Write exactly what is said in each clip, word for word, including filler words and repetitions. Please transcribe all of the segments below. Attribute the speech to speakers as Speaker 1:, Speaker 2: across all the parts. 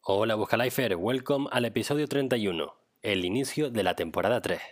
Speaker 1: Hola Buscalifer, welcome al episodio treinta y uno, el inicio de la temporada tres.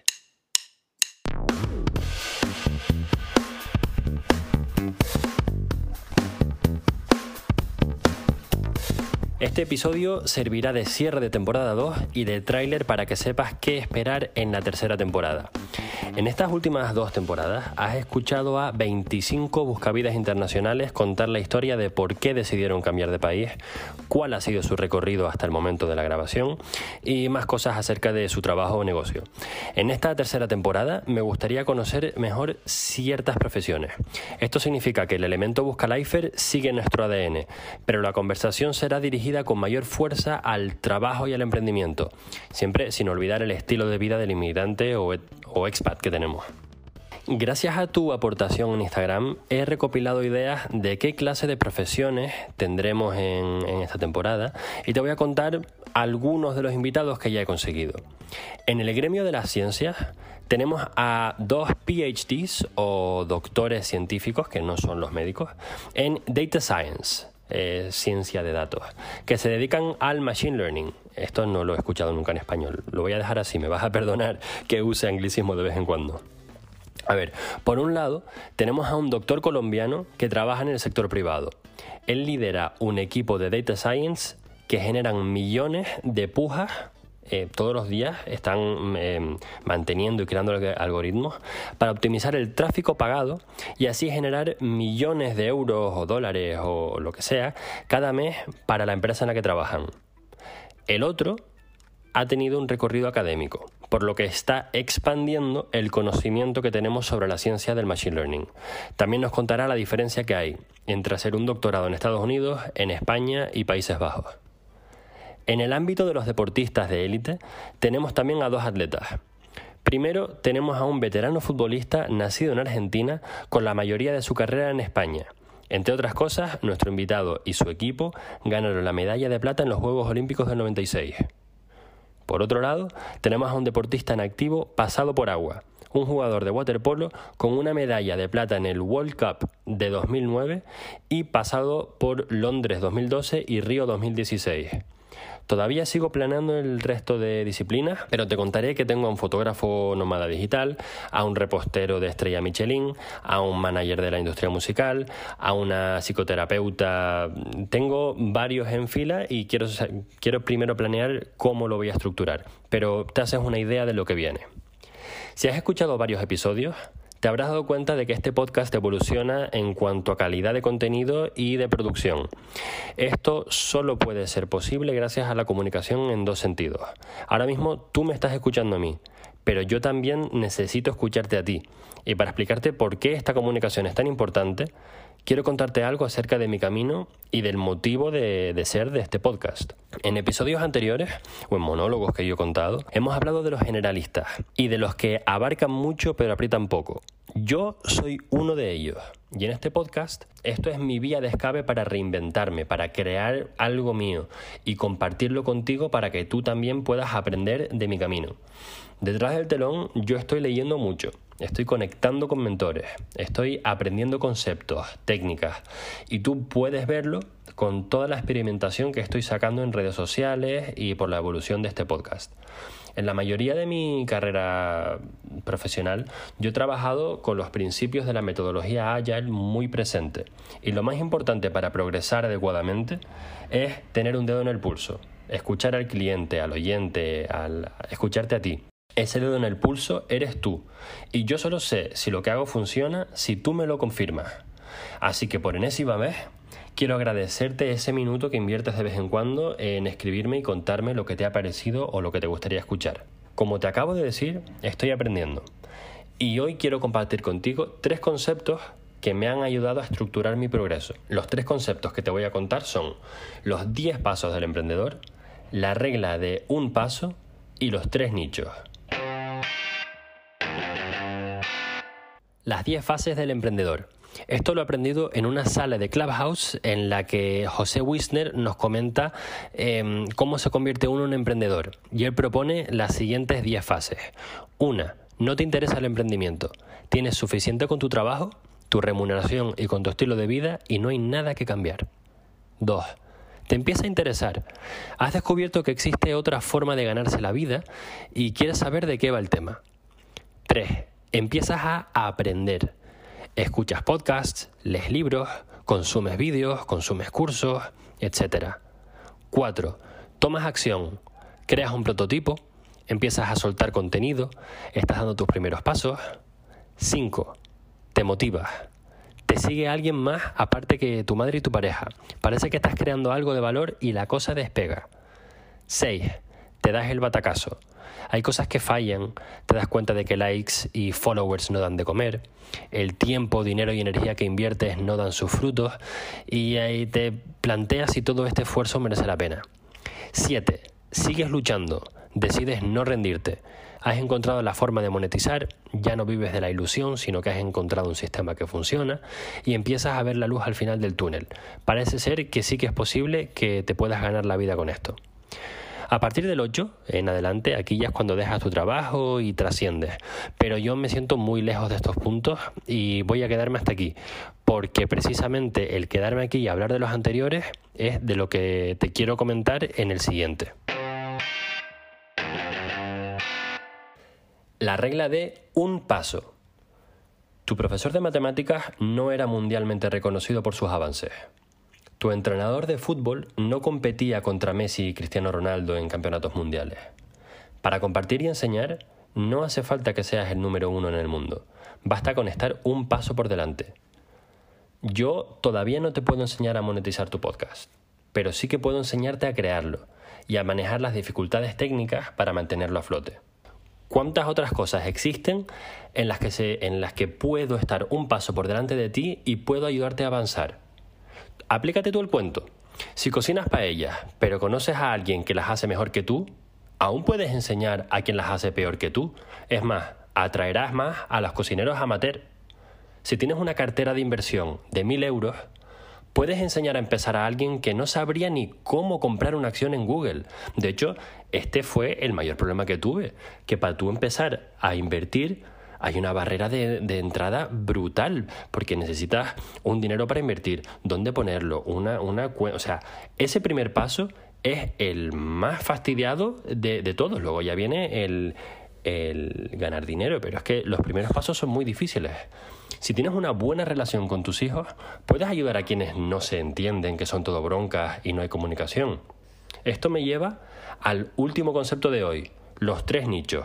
Speaker 1: Este episodio servirá de cierre de temporada dos y de tráiler para que sepas qué esperar en la tercera temporada. En estas últimas dos temporadas has escuchado a veinticinco buscavidas internacionales contar la historia de por qué decidieron cambiar de país, cuál ha sido su recorrido hasta el momento de la grabación y más cosas acerca de su trabajo o negocio. En esta tercera temporada me gustaría conocer mejor ciertas profesiones. Esto significa que el elemento Buscalifer sigue en nuestro A D N, pero la conversación será dirigida con mayor fuerza al trabajo y al emprendimiento, siempre sin olvidar el estilo de vida del inmigrante o, o expat que tenemos. Gracias a tu aportación en Instagram he recopilado ideas de qué clase de profesiones tendremos en, en esta temporada y te voy a contar algunos de los invitados que ya he conseguido. En el gremio de las ciencias tenemos a dos P H Ds o doctores científicos, que no son los médicos, en Data Science. Eh, ciencia de datos, que se dedican al Machine Learning. Esto no lo he escuchado nunca en español, lo voy a dejar así, me vas a perdonar que use anglicismo de vez en cuando. A ver, por un lado tenemos a un doctor colombiano que trabaja en el sector privado. Él lidera un equipo de Data Science que generan millones de pujas. Eh, todos los días están eh, manteniendo y creando algoritmos para optimizar el tráfico pagado y así generar millones de euros o dólares o lo que sea cada mes para la empresa en la que trabajan. El otro ha tenido un recorrido académico, por lo que está expandiendo el conocimiento que tenemos sobre la ciencia del Machine Learning. También nos contará la diferencia que hay entre hacer un doctorado en Estados Unidos, en España y Países Bajos. En el ámbito de los deportistas de élite tenemos también a dos atletas. Primero tenemos a un veterano futbolista nacido en Argentina con la mayoría de su carrera en España. Entre otras cosas, nuestro invitado y su equipo ganaron la medalla de plata en los Juegos Olímpicos del noventa y seis. Por otro lado, tenemos a un deportista en activo pasado por agua, un jugador de waterpolo con una medalla de plata en el World Cup de dos mil nueve y pasado por Londres dos mil doce y Río dos mil dieciséis. Todavía sigo planeando el resto de disciplinas, pero te contaré que tengo a un fotógrafo nómada digital, a un repostero de estrella Michelin, a un manager de la industria musical, a una psicoterapeuta. Tengo varios en fila y quiero, quiero primero planear cómo lo voy a estructurar, pero te haces una idea de lo que viene. Si has escuchado varios episodios, te habrás dado cuenta de que este podcast evoluciona en cuanto a calidad de contenido y de producción. Esto solo puede ser posible gracias a la comunicación en dos sentidos. Ahora mismo tú me estás escuchando a mí, pero yo también necesito escucharte a ti. Y para explicarte por qué esta comunicación es tan importante, quiero contarte algo acerca de mi camino y del motivo de, de ser de este podcast. En episodios anteriores, o en monólogos que yo he contado, hemos hablado de los generalistas y de los que abarcan mucho pero aprietan poco. Yo soy uno de ellos. Y en este podcast, esto es mi vía de escape para reinventarme, para crear algo mío y compartirlo contigo para que tú también puedas aprender de mi camino. Detrás del telón, yo estoy leyendo mucho, estoy conectando con mentores, estoy aprendiendo conceptos, técnicas, y tú puedes verlo con toda la experimentación que estoy sacando en redes sociales y por la evolución de este podcast. En la mayoría de mi carrera profesional, yo he trabajado con los principios de la metodología Agile muy presente. Y lo más importante para progresar adecuadamente es tener un dedo en el pulso, escuchar al cliente, al oyente, al escucharte a ti. Ese dedo en el pulso eres tú. Y yo solo sé si lo que hago funciona si tú me lo confirmas. Así que por enésima vez, quiero agradecerte ese minuto que inviertes de vez en cuando en escribirme y contarme lo que te ha parecido o lo que te gustaría escuchar. Como te acabo de decir, estoy aprendiendo. Y hoy quiero compartir contigo tres conceptos que me han ayudado a estructurar mi progreso. Los tres conceptos que te voy a contar son los diez pasos del emprendedor, la regla de un paso y los tres nichos. Las diez fases del emprendedor. Esto lo he aprendido en una sala de Clubhouse en la que José Wisner nos comenta eh, cómo se convierte uno en emprendedor. Y él propone las siguientes diez fases. Una, no te interesa el emprendimiento. Tienes suficiente con tu trabajo, tu remuneración y con tu estilo de vida y no hay nada que cambiar. Dos, Te empieza a interesar. Has descubierto que existe otra forma de ganarse la vida y quieres saber de qué va el tema. tres. Empiezas a aprender. Escuchas podcasts, lees libros, consumes vídeos, consumes cursos, etcétera. cuatro. Tomas acción. Creas un prototipo, empiezas a soltar contenido, estás dando tus primeros pasos. cinco. Te motivas. Te sigue alguien más aparte que tu madre y tu pareja. Parece que estás creando algo de valor y la cosa despega. seis. Te das el batacazo. Hay cosas que fallan, te das cuenta de que likes y followers no dan de comer, el tiempo, dinero y energía que inviertes no dan sus frutos y ahí te planteas si todo este esfuerzo merece la pena. siete. Sigues luchando, decides no rendirte. Has encontrado la forma de monetizar, ya no vives de la ilusión, sino que has encontrado un sistema que funciona y empiezas a ver la luz al final del túnel. Parece ser que sí que es posible que te puedas ganar la vida con esto. A partir del ocho en adelante, aquí ya es cuando dejas tu trabajo y trasciendes. Pero yo me siento muy lejos de estos puntos y voy a quedarme hasta aquí. Porque precisamente el quedarme aquí y hablar de los anteriores es de lo que te quiero comentar en el siguiente. La regla de un paso. Tu profesor de matemáticas no era mundialmente reconocido por sus avances. Tu entrenador de fútbol no competía contra Messi y Cristiano Ronaldo en campeonatos mundiales. Para compartir y enseñar, no hace falta que seas el número uno en el mundo. Basta con estar un paso por delante. Yo todavía no te puedo enseñar a monetizar tu podcast, pero sí que puedo enseñarte a crearlo y a manejar las dificultades técnicas para mantenerlo a flote. ¿Cuántas otras cosas existen en las que, se, en las que puedo estar un paso por delante de ti y puedo ayudarte a avanzar? Aplícate tú el cuento. Si cocinas paellas, pero conoces a alguien que las hace mejor que tú, aún puedes enseñar a quien las hace peor que tú. Es más, atraerás más a los cocineros amateur. Si tienes una cartera de inversión de mil euros, puedes enseñar a empezar a alguien que no sabría ni cómo comprar una acción en Google. De hecho, este fue el mayor problema que tuve, que para tú empezar a invertir hay una barrera de, de entrada brutal, porque necesitas un dinero para invertir, dónde ponerlo, una, una cuenta. O sea, ese primer paso es el más fastidiado de, de todos. Luego ya viene el, el ganar dinero, pero es que los primeros pasos son muy difíciles. Si tienes una buena relación con tus hijos, puedes ayudar a quienes no se entienden, que son todo broncas y no hay comunicación. Esto me lleva al último concepto de hoy, los tres nichos.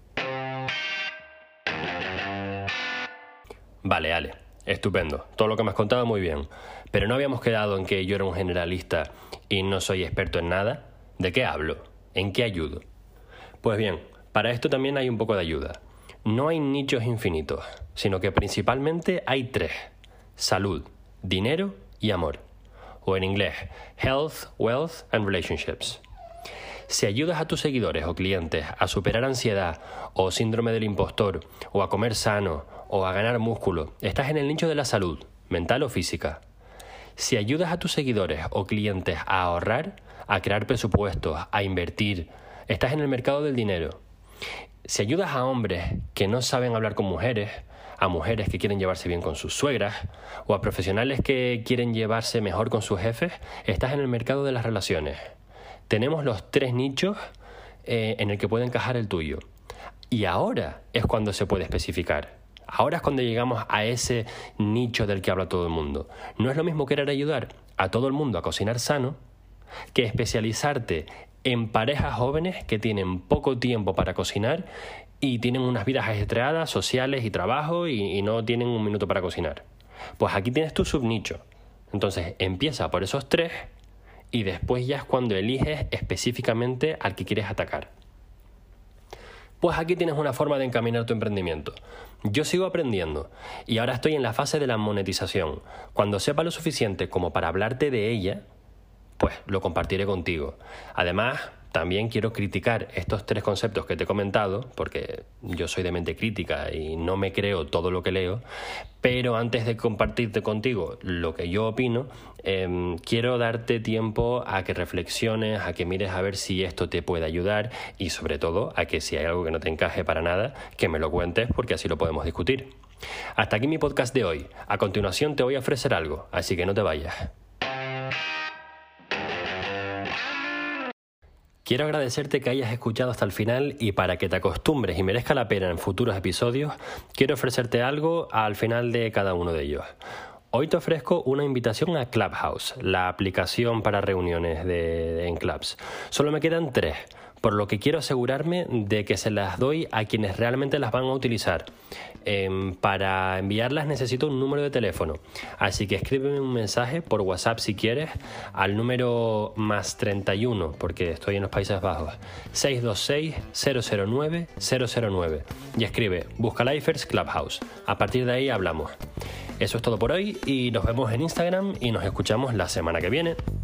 Speaker 1: Vale, Ale, estupendo. Todo lo que me has contado muy bien. Pero no habíamos quedado en que yo era un generalista y no soy experto en nada. ¿De qué hablo? ¿En qué ayudo? Pues bien, para esto también hay un poco de ayuda. No hay nichos infinitos, sino que principalmente hay tres: salud, dinero y amor. O en inglés, health, wealth and relationships. Si ayudas a tus seguidores o clientes a superar ansiedad o síndrome del impostor, o a comer sano, o a ganar músculo, estás en el nicho de la salud, mental o física. Si ayudas a tus seguidores o clientes a ahorrar, a crear presupuestos, a invertir, estás en el mercado del dinero. Si ayudas a hombres que no saben hablar con mujeres, a mujeres que quieren llevarse bien con sus suegras, o a profesionales que quieren llevarse mejor con sus jefes, estás en el mercado de las relaciones. Tenemos los tres nichos eh, en el que puede encajar el tuyo. Y ahora es cuando se puede especificar. Ahora es cuando llegamos a ese nicho del que habla todo el mundo. No es lo mismo querer ayudar a todo el mundo a cocinar sano que especializarte en parejas jóvenes que tienen poco tiempo para cocinar y tienen unas vidas ajetreadas, sociales y trabajo y, y no tienen un minuto para cocinar. Pues aquí tienes tu subnicho. Entonces empieza por esos tres y después ya es cuando eliges específicamente al que quieres atacar. Pues aquí tienes una forma de encaminar tu emprendimiento. Yo sigo aprendiendo y ahora estoy en la fase de la monetización. Cuando sepa lo suficiente como para hablarte de ella, pues lo compartiré contigo. Además, también quiero criticar estos tres conceptos que te he comentado, porque yo soy de mente crítica y no me creo todo lo que leo, pero antes de compartirte contigo lo que yo opino, eh, quiero darte tiempo a que reflexiones, a que mires a ver si esto te puede ayudar y sobre todo a que si hay algo que no te encaje para nada, que me lo cuentes porque así lo podemos discutir. Hasta aquí mi podcast de hoy. A continuación te voy a ofrecer algo, así que no te vayas. Quiero agradecerte que hayas escuchado hasta el final y para que te acostumbres y merezca la pena en futuros episodios, quiero ofrecerte algo al final de cada uno de ellos. Hoy te ofrezco una invitación a Clubhouse, la aplicación para reuniones de, de, en clubs. Solo me quedan tres, por lo que quiero asegurarme de que se las doy a quienes realmente las van a utilizar. Eh, para enviarlas necesito un número de teléfono, así que escríbeme un mensaje por WhatsApp si quieres al número más treinta y uno, porque estoy en los Países Bajos, seis dos seis, cero cero nueve, cero cero nueve y escribe Buscalifers Clubhouse. A partir de ahí hablamos. Eso es todo por hoy y nos vemos en Instagram y nos escuchamos la semana que viene.